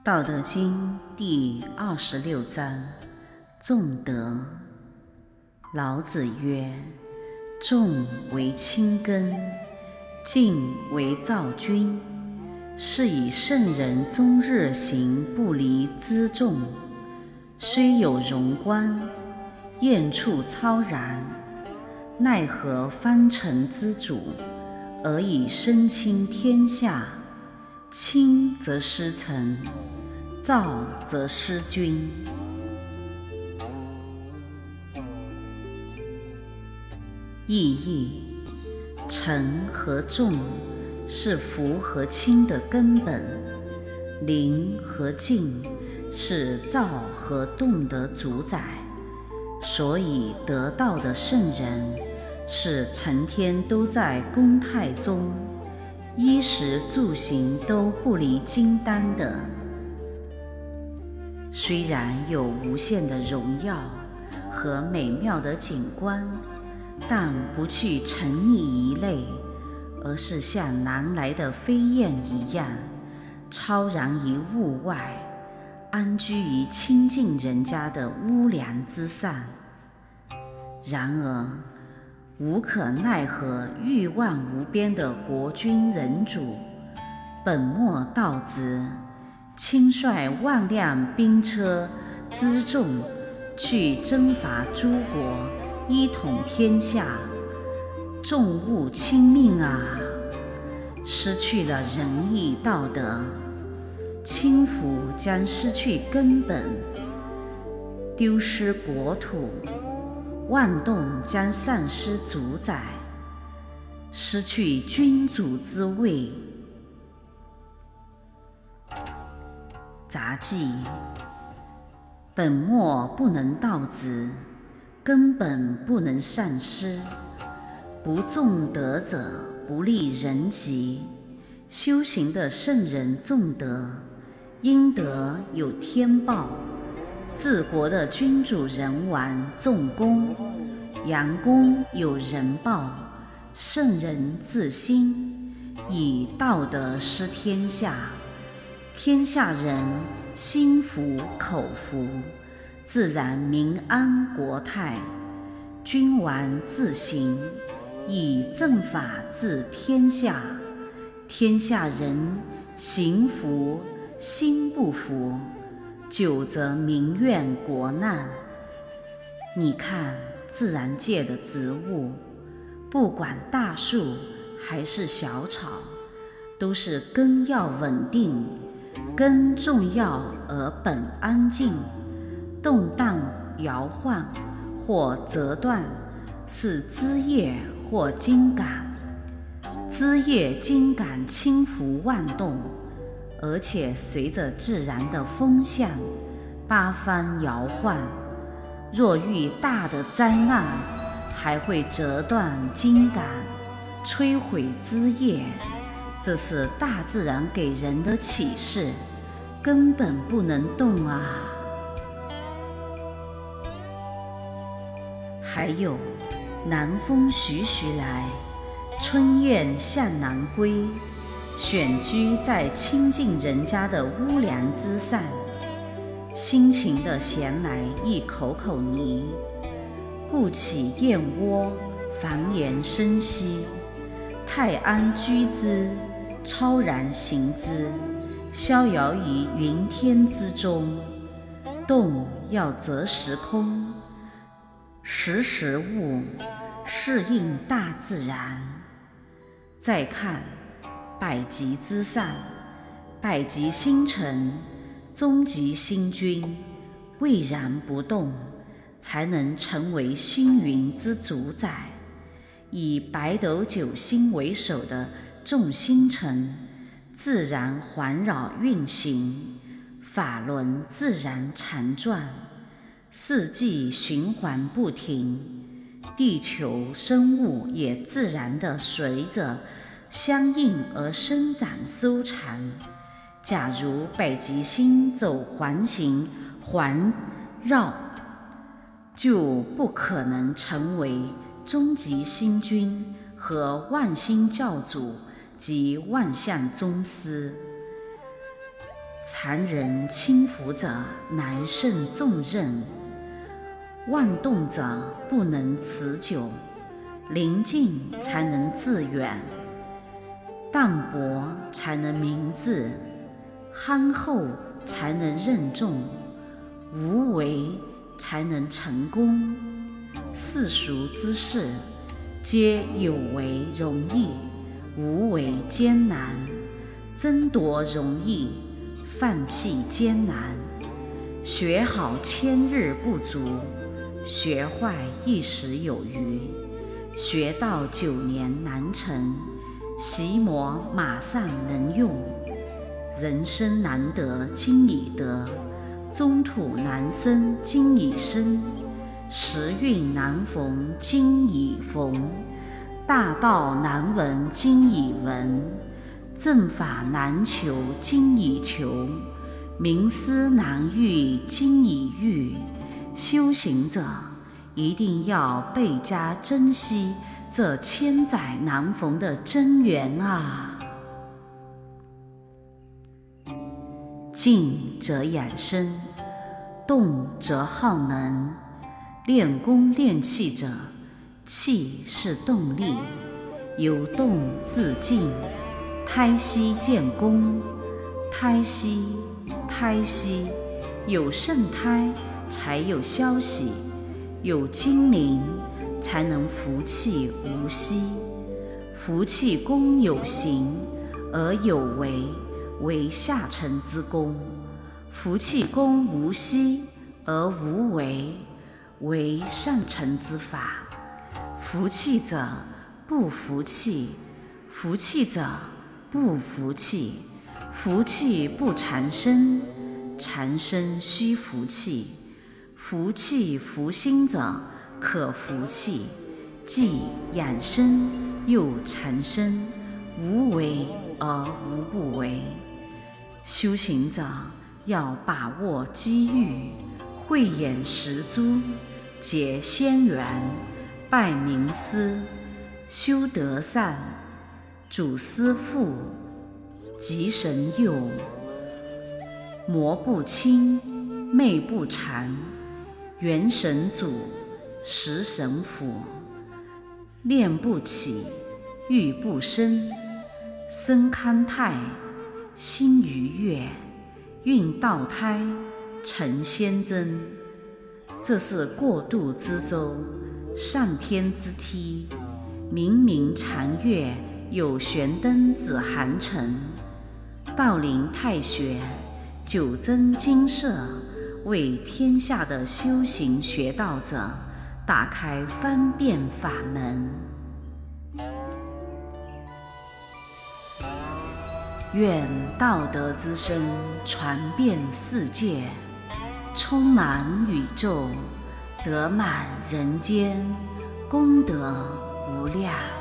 道德经第26章：重德。老子曰：重为轻根，静为躁君。是以圣人终日行不离辎重，虽有荣光，燕处超然。奈何方成之主，而以身轻天下？轻则失臣，躁则失君。意义：沉和重是浮和轻的根本，宁和静是躁和动的主宰。所以得道的圣人是成天都在公态中，衣食住行都不离金丹的。虽然有无限的荣耀和美妙的景观，但不去沉溺一类，而是像南来的飞燕一样，超然于物外，安居于亲近人家的屋梁之上。然而无可奈何欲望无边的国君人主，本末倒置，亲率万辆兵车辎重去征伐诸国，一统天下。重物轻命啊，失去了仁义道德，轻浮将失去根本，丢失国土，妄动将丧失主宰，失去君主之位。杂记：本末不能倒置，根本不能丧失。不重德者，不利人己。修行的圣人重德，因德有天报。治国的君主人王重公，阳公有人报。圣人自心，以道德施天下。天下人心服口服，自然民安国泰。君王自行，以正法治天下。天下人行服，心不服，久则民怨国难。你看自然界的植物，不管大树还是小草，都是根要稳定，根重要而本安静。动荡摇晃或折断，是枝叶或茎秆。枝叶茎秆轻浮妄动，而且随着自然的风向八方摇晃。若遇大的灾难，还会折断茎秆，摧毁枝叶。这是大自然给人的启示，根本不能动啊。还有南风徐徐来，春雁向南归。选居在亲近人家的屋梁之上，辛勤地衔来一口口泥，故起燕窝，繁衍生息。泰安居之，超然行之，逍遥于云天之中。动要择时空，识时务，适应大自然。再看百极之上，百极星辰，终极星君，巍然不动，才能成为星云之主宰。以北斗九星为首的众星辰，自然环绕运行，法轮自然缠转，四季循环不停，地球生物也自然地随着相应而生长收藏。假如北极星走环形环绕，就不可能成为终极星君和万星教主及万象宗师。 残忍轻浮者难胜重任，妄动者不能持久，临近才能致远，淡泊才能明志，憨厚才能任重，无为才能成功。世俗之事，皆有为容易，无为艰难。争夺容易，放弃艰难。学好千日不足，学坏一时有余。学到9年难成，习磨马上能用。人生难得今已得，中土难生今已生。时运难逢今已逢，大道难闻今已闻。正法难求今已求，明思难遇今已遇。修行者一定要倍加珍惜这千载难逢的真缘啊！静则养生，动则耗能。练功练气者，气是动力，由动自静。胎息见功，胎息，胎息，有圣胎才有消息，有精灵才能福气无息。福气功有形而有为，为下乘之功；福气功无息而无为，为上乘之法。福气者不服气，服气者不服气，福气不缠身，缠身须服气。服气服心者可服气，既养生又缠身，无为而无不为。修行者要把握机遇，慧眼识珠，结仙缘，拜名师，修德善，主师父，集神佑，魔不侵，魅不缠，元神主，识神辅。念不起，欲不生，身康泰，心愉悦，运道胎，成仙真。这是过渡之舟，上天之梯。冥冥长月，有玄灯指寒辰。道林太学，九真金色，为天下的修行学道者打开方便法门。愿道德之声传遍世界，充满宇宙，得满人间，功德无量。